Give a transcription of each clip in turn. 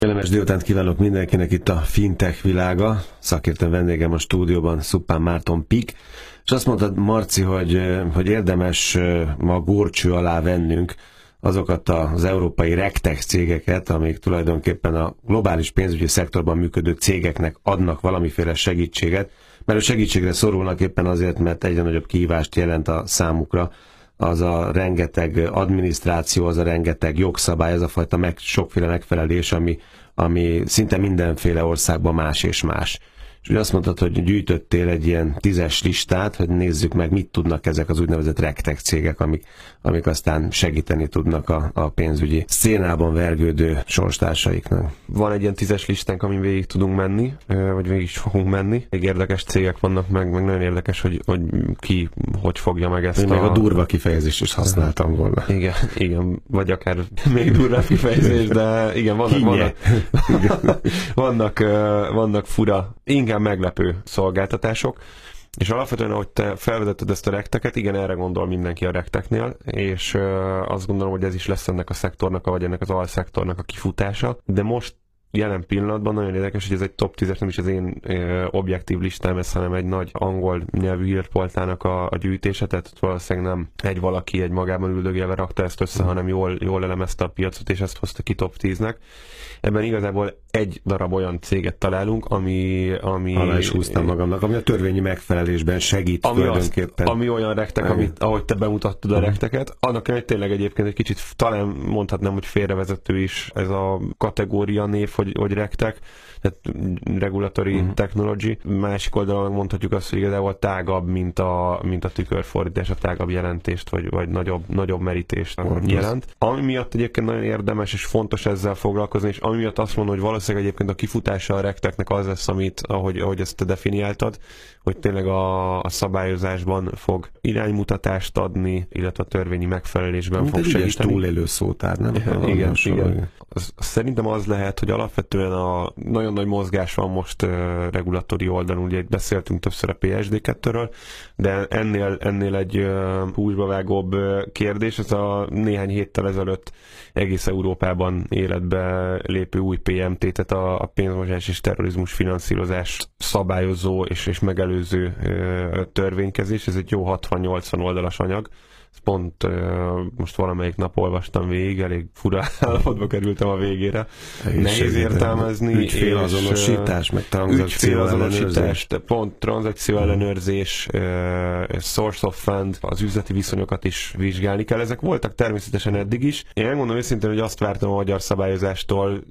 Kellemes délutánt kívánok mindenkinek, itt a fintech világa. Szakértő vendégem a stúdióban Szuppán Márton Pik, és azt mondtad, Marci, hogy érdemes ma górcső alá vennünk azokat az európai regtech cégeket, amik tulajdonképpen a globális pénzügyi szektorban működő cégeknek adnak valamiféle segítséget, mert a segítségre szorulnak éppen azért, mert egyre nagyobb kihívást jelent a számukra az a rengeteg adminisztráció, az a rengeteg jogszabály, az a fajta sokféle megfelelés, ami szinte mindenféle országban más és más. És ugye azt mondtad, hogy gyűjtöttél egy ilyen 10-es listát, hogy nézzük meg, mit tudnak ezek az úgynevezett regtech cégek, amik aztán segíteni tudnak a pénzügyi szénában vergődő sorstársaiknak. Van egy ilyen 10-es listánk, amin végig tudunk menni, vagy végig is fogunk menni. Még érdekes cégek vannak, meg nagyon érdekes, hogy ki hogy fogja meg ezt. Még a durva kifejezést is használtam volna. Igen, vagy akár még durva kifejezés, de igen, vannak fura, inkább meglepő szolgáltatások. És alapvetően, ahogy te felvezetted ezt a regteket, igen, erre gondol mindenki a regteknél, és azt gondolom, hogy ez is lesz ennek a szektornak, vagy ennek az alszektornak a kifutása. De most jelen pillanatban nagyon érdekes, hogy ez egy top 10-es, nem is az én objektív listám, ez, hanem egy nagy angol nyelvű hírportálnak a gyűjtése, tehát valószínűleg nem egy valaki egy magában üldögélve rakta ezt össze, hanem jól elemezte a piacot, és ezt hozta ki top 10-nek. Ebben igazából egy darab olyan céget találunk, ami alá is húztam magamnak, ami a törvényi megfelelésben segít tulajdonképpen. Ami olyan regtek, ahogy te bemutattad a regteket, annak tényleg egyébként egy kicsit, talán mondhatnám, hogy félrevezető is ez a kategória név, hogy regtek, tehát regulatory technology. Másik oldalon mondhatjuk azt, hogy igazából tágabb, mint a tükörfordítás, a tágabb jelentést, vagy nagyobb merítést jelent. Ami miatt egyébként nagyon érdemes és fontos ezzel foglalkozni, és ami miatt azt mondom, hogy valószínűleg egyébként a kifutása a regteknek az lesz, ahogy ezt te definiáltad, hogy tényleg a szabályozásban fog iránymutatást adni, illetve a törvényi megfelelésben fog segíteni. Túlélő szótár, nem? Igen. Szerintem az lehet, hogy alapvetően a nagyon nagy mozgás van most regulatóri oldalon, ugye itt beszéltünk többször a PSD2-ről, de ennél egy húsba vágóbb kérdés, ez a néhány héttel ezelőtt egész Európában életbe lépő új PMT, tehát a pénzmosás és terrorizmus finanszírozás szabályozó és megelőző törvénykezés, ez egy jó 60-80 oldalas anyag. Pont most valamelyik nap olvastam végig, elég fura állapotba kerültem a végére. Nehéz értelmezni. Ügyfélazonosítás, meg tranzakcióellenőrzés. Pont tranzakcióellenőrzés, source of fund, az üzleti viszonyokat is vizsgálni kell. Ezek voltak természetesen eddig is. Én elmondom őszintén, hogy azt vártam a magyar szabályozástól,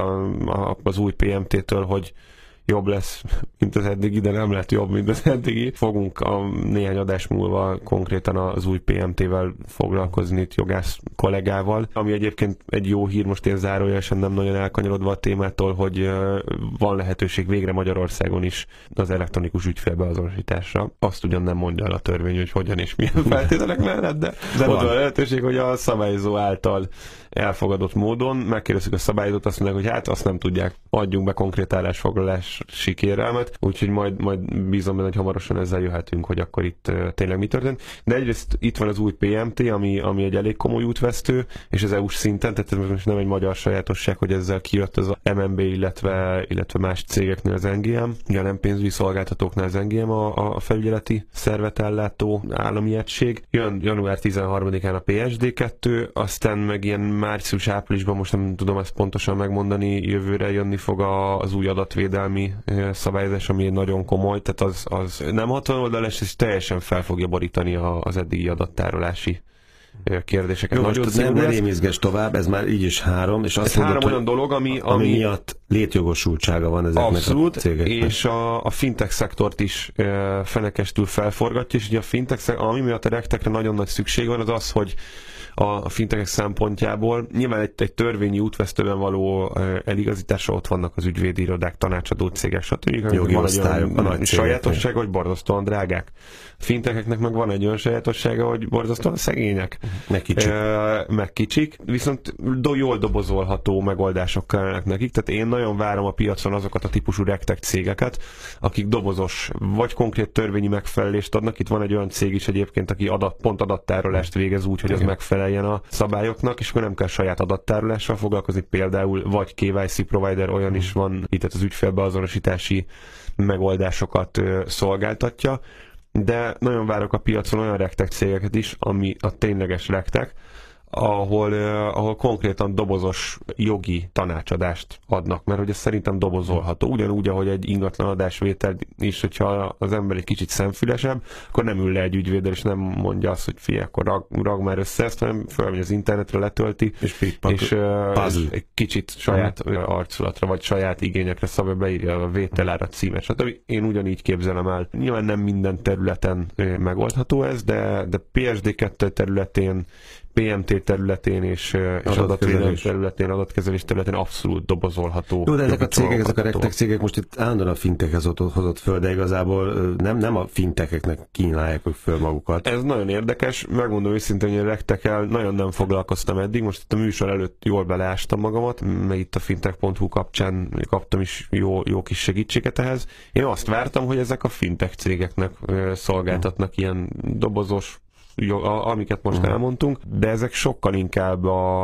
az új PMT-től, hogy jobb lesz, mint az eddigi, de nem lett jobb, mint az eddigi. Fogunk a néhány adás múlva konkrétan az új PMT-vel foglalkozni itt jogász kollégával, ami egyébként egy jó hír, most én zárójelesen nem nagyon elkanyarodva a témától, hogy van lehetőség végre Magyarországon is az elektronikus ügyfélbeazonosításra. Azt ugyan nem mondja el a törvény, hogy hogyan és milyen feltételek mellett, de ott van lehetőség, hogy a szabályozó által elfogadott módon megkérdezzük a szabályozót, azt mondják, hogy hát azt nem tudják, adjunk be konkrét állásfoglalási kérelmet, úgyhogy majd bízom benne, hogy hamarosan ezzel jöhetünk, hogy akkor itt tényleg mi történt. De egyrészt itt van az új PMT, ami egy elég komoly útvesztő, és az EU-s szinten, tehát ez most nem egy magyar sajátosság, hogy ezzel kijött az a MNB, illetve más cégeknél az NGM, ugye nem pénzügyi szolgáltatóknál az NGM a felügyeleti szervet ellátó állami egység. Jön január 13-án a PSD2, aztán meg ilyen március-áprilisban, most nem tudom ezt pontosan megmondani, jövőre jönni fog az új adatvédelmi szabályozás, ami nagyon komoly, tehát az nem 60 oldalas, és teljesen fel fogja borítani az eddigi adattárolási kérdéseket. Jó, most ne rémizges tovább, ez már így is 3, és azt mondod, olyan dolog, ami miatt létjogosultsága van ezeknek abszolút, a cégeknek. És a fintech szektort is fenekestül felforgatja, és ugye a fintech, ami miatt a regtekre nagyon nagy szükség van, az az, hogy a fintechek szempontjából nyilván egy törvényi útvesztőben való eligazításra ott vannak az ügyvédi irodák, tanácsadó cégek, stb. Jogi osztályok, van egy sajátossága, hogy borzasztóan drágák. A fintecheknek meg van egy olyan sajátossága, hogy borzasztóan szegények. Meg kicsik. Viszont jól dobozolható megoldások kellenek nekik. Tehát én nagyon várom a piacon azokat a típusú regtech cégeket, akik dobozos vagy konkrét törvényi megfelelést adnak. Itt van egy olyan cég is egyébként, aki pont adattárolást végez úgy, hogy az megfeleljen megfeleljen a szabályoknak, és akkor nem kell saját adattárolással foglalkozni, például vagy KYC provider, olyan is van, itt az ügyfélbeazonosítási megoldásokat szolgáltatja, de nagyon várok a piacon olyan regtech cégeket is, ami a tényleges regtech, ahol konkrétan dobozos jogi tanácsadást adnak, mert hogy ez szerintem dobozolható. Ugyanúgy, ahogy egy ingatlan adásvétel is, hogyha az ember egy kicsit szemfülesebb, akkor nem ül le egy ügyvéddel, és nem mondja azt, hogy figyelj, akkor rag már össze ezt, hanem fölmegy az internetre, letölti, és egy kicsit saját arculatra, vagy saját igényekre szabja, beírja a vételárat, címet, stb. Én ugyanígy képzelem el. Nyilván nem minden területen megoldható ez, de PSD2 területén, PMT területén és adatvédelem területén, adatkezelés területén abszolút dobozolható. Jó, de ezek a cégek, ezek a regtech cégek most itt állandóan a fintechhez hozott föl, de igazából nem a fintecheknek kínálják föl magukat. Ez nagyon érdekes, megmondom őszintén, hogy a regtechel nagyon nem foglalkoztam eddig, most itt a műsor előtt jól beleástam magamat, meg itt a fintech.hu kapcsán kaptam is jó kis segítséget ehhez. Én azt vártam, hogy ezek a fintech cégeknek szolgáltatnak ilyen dobozos, amiket most elmondtunk, de ezek sokkal inkább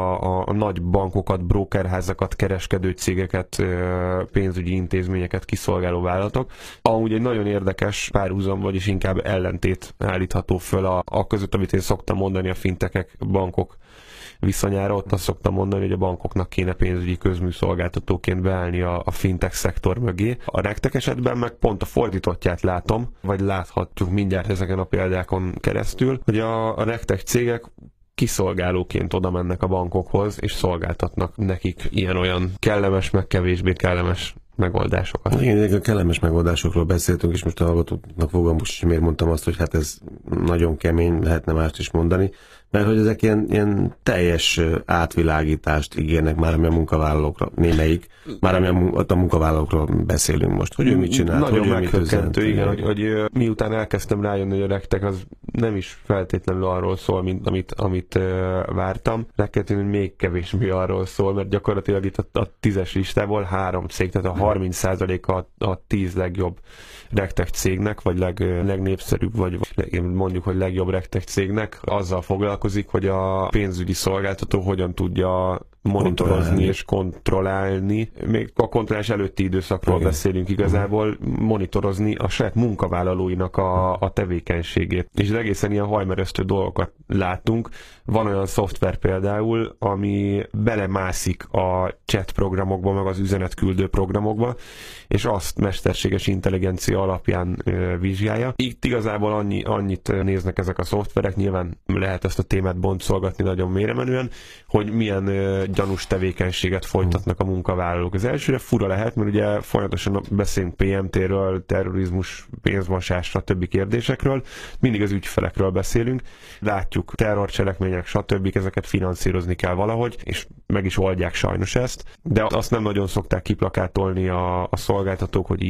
a nagy bankokat, brokerházakat, kereskedő cégeket, pénzügyi intézményeket kiszolgáló vállalatok. Amúgy egy nagyon érdekes párhuzam, vagyis inkább ellentét állítható föl a között, amit én szoktam mondani a fintechek, bankok viszonyára. Ott azt szoktam mondani, hogy a bankoknak kéne pénzügyi közműszolgáltatóként beállni a fintech szektor mögé. A regtech esetben meg pont a fordítottját látom, vagy láthatjuk mindjárt ezeken a példákon keresztül, hogy a regtech cégek kiszolgálóként oda mennek a bankokhoz, és szolgáltatnak nekik ilyen-olyan kellemes, meg kevésbé kellemes megoldásokat. Igen, a kellemes megoldásokról beszéltünk, és most a hallgatóknak fogom, most miért mondtam azt, hogy hát ez nagyon kemény, lehetne mást is mondani, mert hogy ezek ilyen teljes átvilágítást ígérnek már, ami a munkavállalókra, némelyik, már ami a munkavállalókról beszélünk most, hogy ő mit csinál, nagyon meghökkentő, igen, hogy miután elkezdtem rájönni, hogy a regtech az nem is feltétlenül arról szól, mint amit vártam, rákettően, hogy még kevésbé arról szól, mert gyakorlatilag itt a 10-es listából 3 cég, tehát a 30%-a a 10 legjobb regtech cégnek, vagy legnépszerűbb, vagy mondjuk, hogy legjobb regtech cégnek azzal foglalkozik, hogy a pénzügyi szolgáltató hogyan tudja monitorozni és kontrollálni. Még a kontrollálás előtti időszakról beszélünk igazából, monitorozni a saját munkavállalóinak a tevékenységét. És egészen ilyen hajmeresztő dolgokat látunk. Van olyan szoftver például, ami belemászik a chat programokba, meg az üzenetküldő programokba, és azt mesterséges intelligencia alapján vizsgálja. Itt igazából annyit néznek ezek a szoftverek, nyilván lehet ezt a témát boncolgatni nagyon mélyremenően, hogy milyen gyanús tevékenységet folytatnak a munkavállalók. Az elsőre fura lehet, mert ugye folyamatosan beszélünk PMT-ről, terrorizmus, pénzmosás, stb. Kérdésekről, mindig az ügyfelekről beszélünk, látjuk terrorcselekmények, stb. Ezeket finanszírozni kell valahogy, és meg is oldják sajnos ezt, de azt nem nagyon szokták kiplakátolni a szolgáltatók, hogy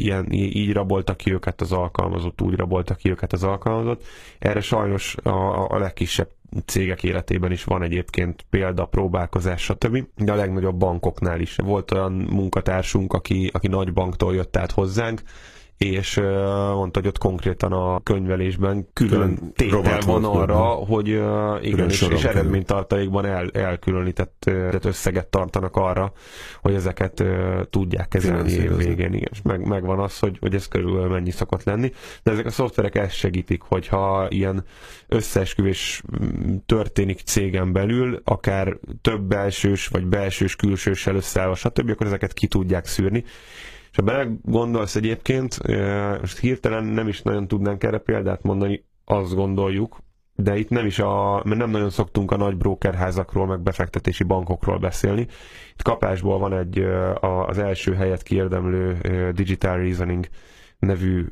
így raboltak ki őket az alkalmazott, úgy raboltak ki őket az alkalmazott. Erre sajnos a legkisebb cégek életében is van egyébként példa, próbálkozás, stb. De a legnagyobb bankoknál is. Volt olyan munkatársunk, aki nagy banktól jött át hozzánk, és mondta, hogy ott konkrétan a könyvelésben külön tétel van arra, hogy igen, és eredménytartalékban elkülönített összeget tartanak arra, hogy ezeket tudják kezelni év végén. És megvan az, hogy ez körülbelül mennyi szokott lenni. De ezek a szoftverek ezt segítik, hogyha ilyen összeesküvés történik cégen belül, akár több belsős, vagy belsős, külsőssel összeállva, stb., akkor ezeket ki tudják szűrni. És ha belegondolsz egyébként, most hirtelen nem is nagyon tudnánk erre példát mondani, azt gondoljuk, de itt mert nem nagyon szoktunk a nagy brokerházakról, meg befektetési bankokról beszélni. Itt kapásból van az első helyet kiérdemlő Digital Reasoning nevű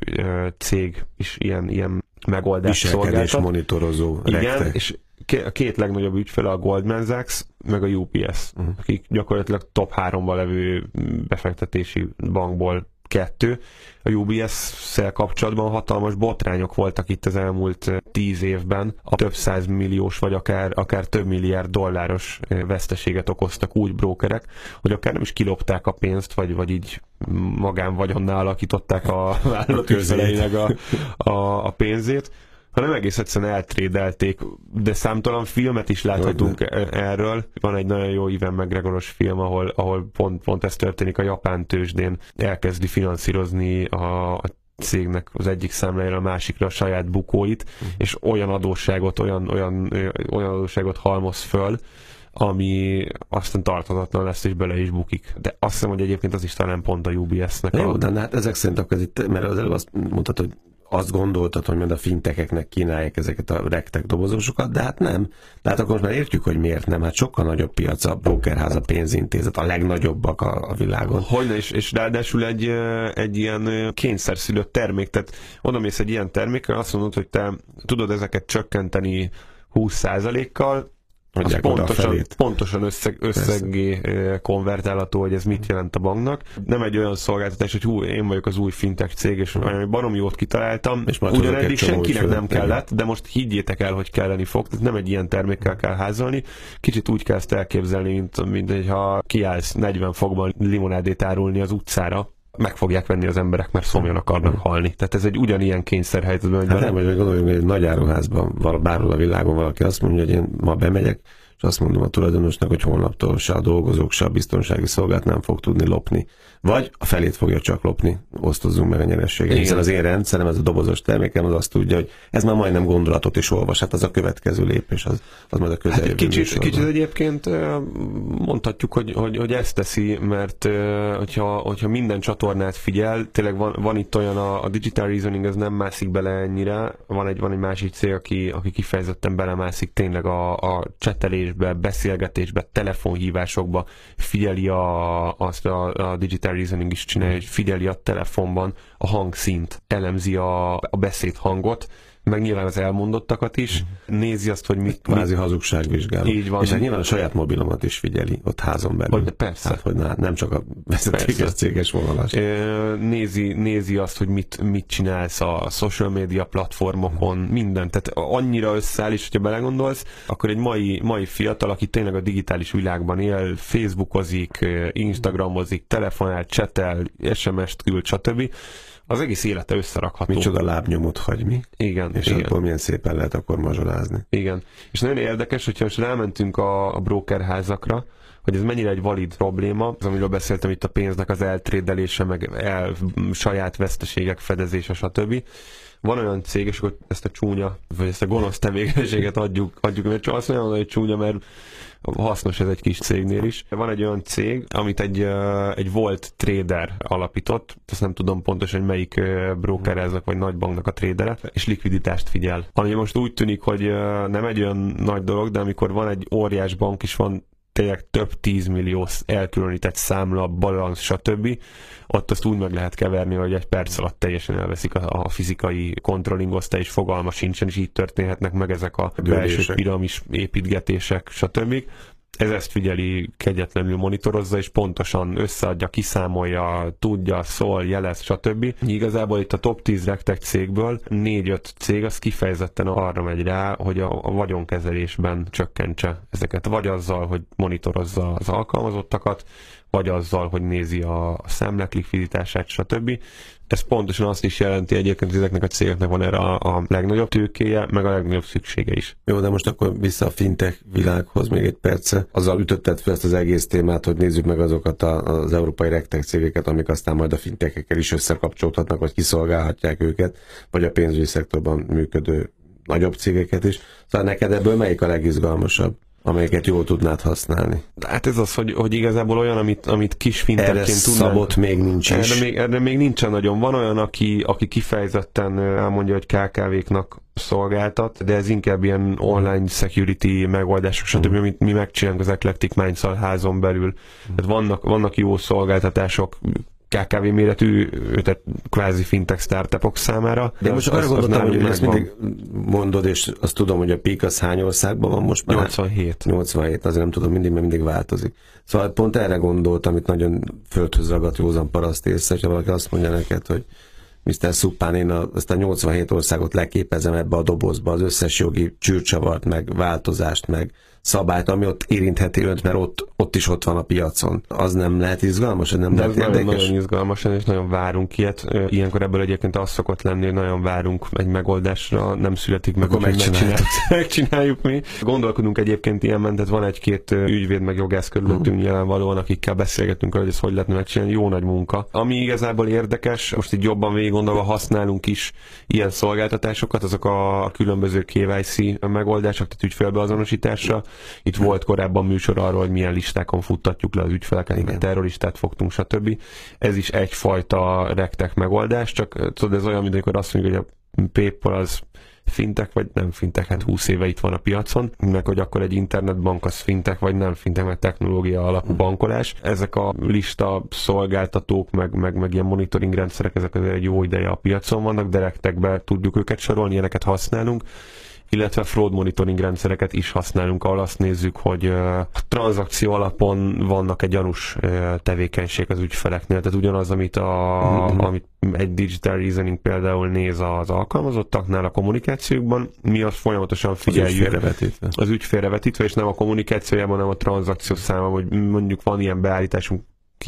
cég is ilyen megoldást szolgáltat. Viselkedés monitorozó regtech. Igen, és a két legnagyobb ügyfele a Goldman Sachs, meg a UPS, akik gyakorlatilag top 3-ban levő befektetési bankból 2. A UBS-szel kapcsolatban hatalmas botrányok voltak itt az elmúlt 10 évben. A több 100 milliós, vagy akár több milliárd dolláros veszteséget okoztak úgy brókerek, hogy akár nem is kilopták a pénzt, vagy így magánvagyonnál alakították a vállalat ügyfeleinek a pénzét, hanem egész egyszerűen eltrédelték, de számtalan filmet is láthatunk erről. Van egy nagyon jó Ewan McGregoros film, ahol pont ez történik, a japán tőzsdén elkezdi finanszírozni a cégnek az egyik számlájára a másikra a saját bukóit, és olyan adósságot, olyan adósságot halmoz föl, ami aztán tarthatatlan lesz, és bele is bukik. De azt hiszem, hogy egyébként az is talán pont a UBS-nek. Jó, de hát ezek szerint akkor itt, mert az előbb azt mondtad, hogy azt gondoltad, hogy majd a fintekeknek kínálják ezeket a regtech dobozosokat, de hát nem. De hát akkor most már értjük, hogy miért nem. Hát sokkal nagyobb piac a brokerház, a pénzintézet, a legnagyobbak a világon. Hogyne, és ráadásul egy ilyen kényszerszülött termék. Tehát oda mész egy ilyen termékkel, azt mondod, hogy te tudod ezeket csökkenteni 20%-kal, az pontosan összeggé konvertálható, hogy ez mit jelent a banknak. Nem egy olyan szolgáltatás, hogy én vagyok az új fintech cég, és baromi jót kitaláltam, ugyan eddig senkinek nem kellett, de most higgyétek el, hogy kelleni fog, tehát nem egy ilyen termékkel kell házalni. Kicsit úgy kell ezt elképzelni, mint hogyha kiállsz 40 fokban limonádét árulni az utcára, meg fogják venni az emberek, mert szomjan akarnak halni. Tehát ez egy ugyanilyen kényszerhelyzetben. Hát nem, hogy gondoljunk, hogy egy nagy áruházban, bárhol a világon valaki azt mondja, hogy én ma bemegyek, és azt mondom a tulajdonosnak, hogy holnaptól se a dolgozók, se a biztonsági szolgálat nem fog tudni lopni. Vagy a felét fogja csak lopni, osztozzunk meg a nyerességet. Hiszen az én rendszerem, ez a dobozos termékem, az azt tudja, hogy ez már majdnem gondolatot is olvas. Hát az a következő lépés, az majd a közeljövő. Hát kicsit egyébként mondhatjuk, hogy ezt teszi, mert hogyha minden csatornát figyel, tényleg van itt olyan, a Digital Reasoning, az nem mászik bele ennyire. Van egy másik cég, aki kifejezetten belemászik tényleg a csetelésbe, beszélgetésbe, telefonhívásokba, figyeli azt a Digital Reasoning is csinálja, hogy figyeli a telefonban a hangszínt, elemzi a beszédhangot, meg nyilván az elmondottakat is, nézi azt, hogy mit... Kvázi hazugságvizsgáló. Így van. És hát nyilván a saját mobilomat is figyeli ott házon belül. Persze. Hát, hogy nem csak a vezetékes céges vonalas. Nézi azt, hogy mit csinálsz a social media platformokon, mindent. Tehát annyira összeáll, és hogyha belegondolsz, akkor egy mai fiatal, aki tényleg a digitális világban él, Facebookozik, Instagramozik, telefonál, csetel, SMS-t küld, stb., az egész élete összerakható. Micsoda lábnyomot hagy mi? Igen. És abból milyen szépen lehet akkor mazsolázni. Igen. És nagyon érdekes, hogyha most rámentünk a brokerházakra, hogy ez mennyire egy valid probléma, az, amiről beszéltem itt, a pénznek az eltrédelése, meg saját veszteségek fedezése, stb. Van olyan cég, és akkor ezt a csúnya, vagy ezt a gonosz tevékenységet adjuk, mert csak azt mondom, hogy csúnya, mert hasznos ez egy kis cégnél is. Van egy olyan cég, amit egy volt trader alapított, azt nem tudom pontosan, hogy melyik brokereznek, vagy nagybanknak a tradere, és likviditást figyel. Ami most úgy tűnik, hogy nem egy olyan nagy dolog, de amikor van egy óriás bank, és van tényleg több 10 millió elkülönített számla, balansz, stb. Ott azt úgy meg lehet keverni, hogy egy perc alatt teljesen elveszik a fizikai controlling osztály, és fogalma sincsen, és így történhetnek meg ezek a belső piramis építgetések, stb. Ez ezt figyeli, kegyetlenül monitorozza, és pontosan összeadja, kiszámolja, tudja, szól, jelez, stb. Igazából itt a top 10 regtech cégből 4-5 cég az kifejezetten arra megy rá, hogy a vagyonkezelésben csökkentse ezeket. Vagy azzal, hogy monitorozza az alkalmazottakat, vagy azzal, hogy nézi a számlák likviditását, stb. Ez pontosan azt is jelenti egyébként, hogy ezeknek a cégeknek van erre a legnagyobb tőkéje, meg a legnagyobb szüksége is. Jó, de most akkor vissza a fintech világhoz még egy perce. Azzal ütötted fel ezt az egész témát, hogy nézzük meg azokat az európai regtech cégeket, amik aztán majd a fintechekkel is összekapcsolódhatnak, vagy kiszolgálhatják őket, vagy a pénzügyi szektorban működő nagyobb cégeket is. Szóval neked ebből melyik a legizgalmasabb, amelyeket jól tudnád használni? Hát ez az, hogy igazából olyan, amit kis fintechként tudnánk. Szabott még nincs is. Erre még nincsen nagyon. Van olyan, aki kifejezetten elmondja, hogy KKV-knak szolgáltat, de ez inkább ilyen online security megoldások, stb. Amit mi megcsinálunk az Eclectic Minds-szal házon belül. Tehát vannak jó szolgáltatások, KKV méretű, tehát kvázi fintech startupok számára. De most arra gondoltam, hogy ezt mindig mondod, és azt tudom, hogy a PIK az hány országban van most már? 87. 87, azért nem tudom, mindig változik. Szóval pont erre gondoltam, itt nagyon földhöz ragadt józan paraszt észre, hogyha valaki azt mondja neked, hogy Mr. Szuppán, én azt a 87 országot leképezem ebbe a dobozba, az összes jogi csűrcsavart, meg változást, meg szabályt, ami ott érintheti önt, mert ott van a piacon. Az nem lehet izgalmas, nem lehet érdekes? Nagyon izgalmas, és nagyon várunk ilyet. Ilyenkor ebből egyébként az szokott lenni, hogy nagyon várunk egy megoldásra, nem születik meg, akkor megcsináljuk mi. Gondolkodunk egyébként ilyen mentet, van egy-két ügyvéd meg jogász körülöttünk nyilvánvalóan, akikkel beszélgetünk, hogy ez hogy lehetne megcsinálni, jó nagy munka. Ami igazából érdekes, most így jobban végig gondolva használunk is ilyen szolgáltatásokat, azok a különböző KYC megoldások, tehát ügyfélbeazonosításra. Itt volt korábban műsor arról, hogy milyen listákon futtatjuk le az ügyfeleket, meg terroristát fogtunk, stb. Ez is egyfajta regtech megoldás, csak tudod, ez olyan, mint amikor azt mondjuk, hogy a PayPal az fintech, vagy nem fintech, hát 20 éve itt van a piacon, meg hogy akkor egy internetbank az fintech, vagy nem fintech, mert technológia alapú bankolás. Ezek a lista szolgáltatók, meg ilyen monitoring rendszerek, ezek azért egy jó ideje a piacon vannak, de regtechbe tudjuk őket sorolni, ilyeneket használunk, illetve fraud monitoring rendszereket is használunk, ahol azt nézzük, hogy a tranzakció alapon vannak egy gyanús tevékenység az ügyfeleknél, tehát ugyanaz, amit egy digital reasoning például néz az alkalmazottaknál a kommunikációkban, mi azt folyamatosan figyeljük az ügyfélre vetítve, és nem a kommunikációjában, hanem a tranzakció száma, hogy mondjuk van ilyen beállításunk,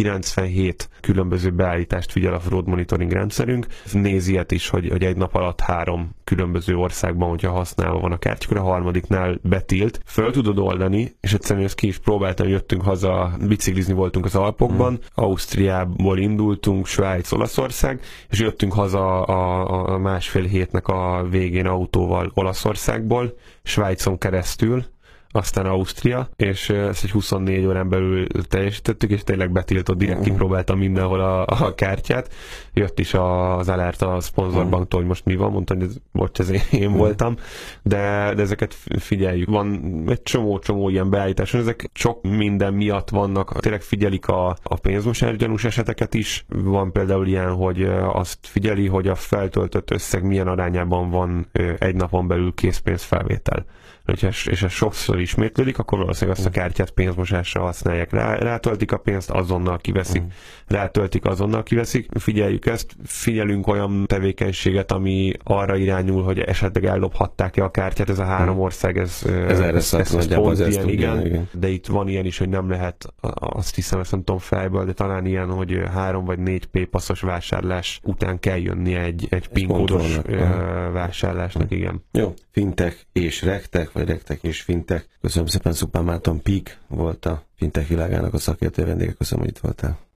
97 különböző beállítást figyel a fraud monitoring rendszerünk. Néz ilyet is, hogy egy nap alatt 3 különböző országban, hogyha használva van a kártya, a harmadiknál betilt. Föl tudod oldani, és egyszerűen ezt ki is próbáltam, jöttünk haza, biciklizni voltunk az Alpokban, Ausztriából indultunk, Svájc, Olaszország, és jöttünk haza a másfél hétnek a végén autóval Olaszországból, Svájcon keresztül, aztán Ausztria, és ezt egy 24 órán belül teljesítettük, és tényleg betiltott, direkt kipróbáltam mindenhol a kártyát. Jött is az alert a szponzorbanktól, hogy most mi van, mondtam, hogy ez én voltam, de ezeket figyeljük. Van egy csomó ilyen beállítás, ezek sok minden miatt vannak, tényleg figyelik a pénzmosás gyanús eseteket is. Van például ilyen, hogy azt figyeli, hogy a feltöltött összeg milyen arányában van egy napon belül készpénzfelvétel. És ez sokszor ismétlődik, akkor valószínűleg azt a kártyát pénzmosásra használják. Rátöltik a pénzt, azonnal kiveszik. Rátöltik, azonnal kiveszik. Figyeljük ezt, figyelünk olyan tevékenységet, ami arra irányul, hogy esetleg ellophatták-e a kártyát. Ez a 3 ország, ez pont ilyen, igen. De itt van ilyen is, hogy nem lehet, azt hiszem, ezt nem tudom fejből, de talán ilyen, hogy 3 vagy 4 P-passzos vásárlás után kell jönnie egy PIN-kódos vásárlásnak, igen. Jó, fintech és regtech, vagy regtech és fintech. Köszönöm szépen, Szupán Márton Pík volt a fintech világának a szakértő vendége. Köszönöm, hogy itt voltál.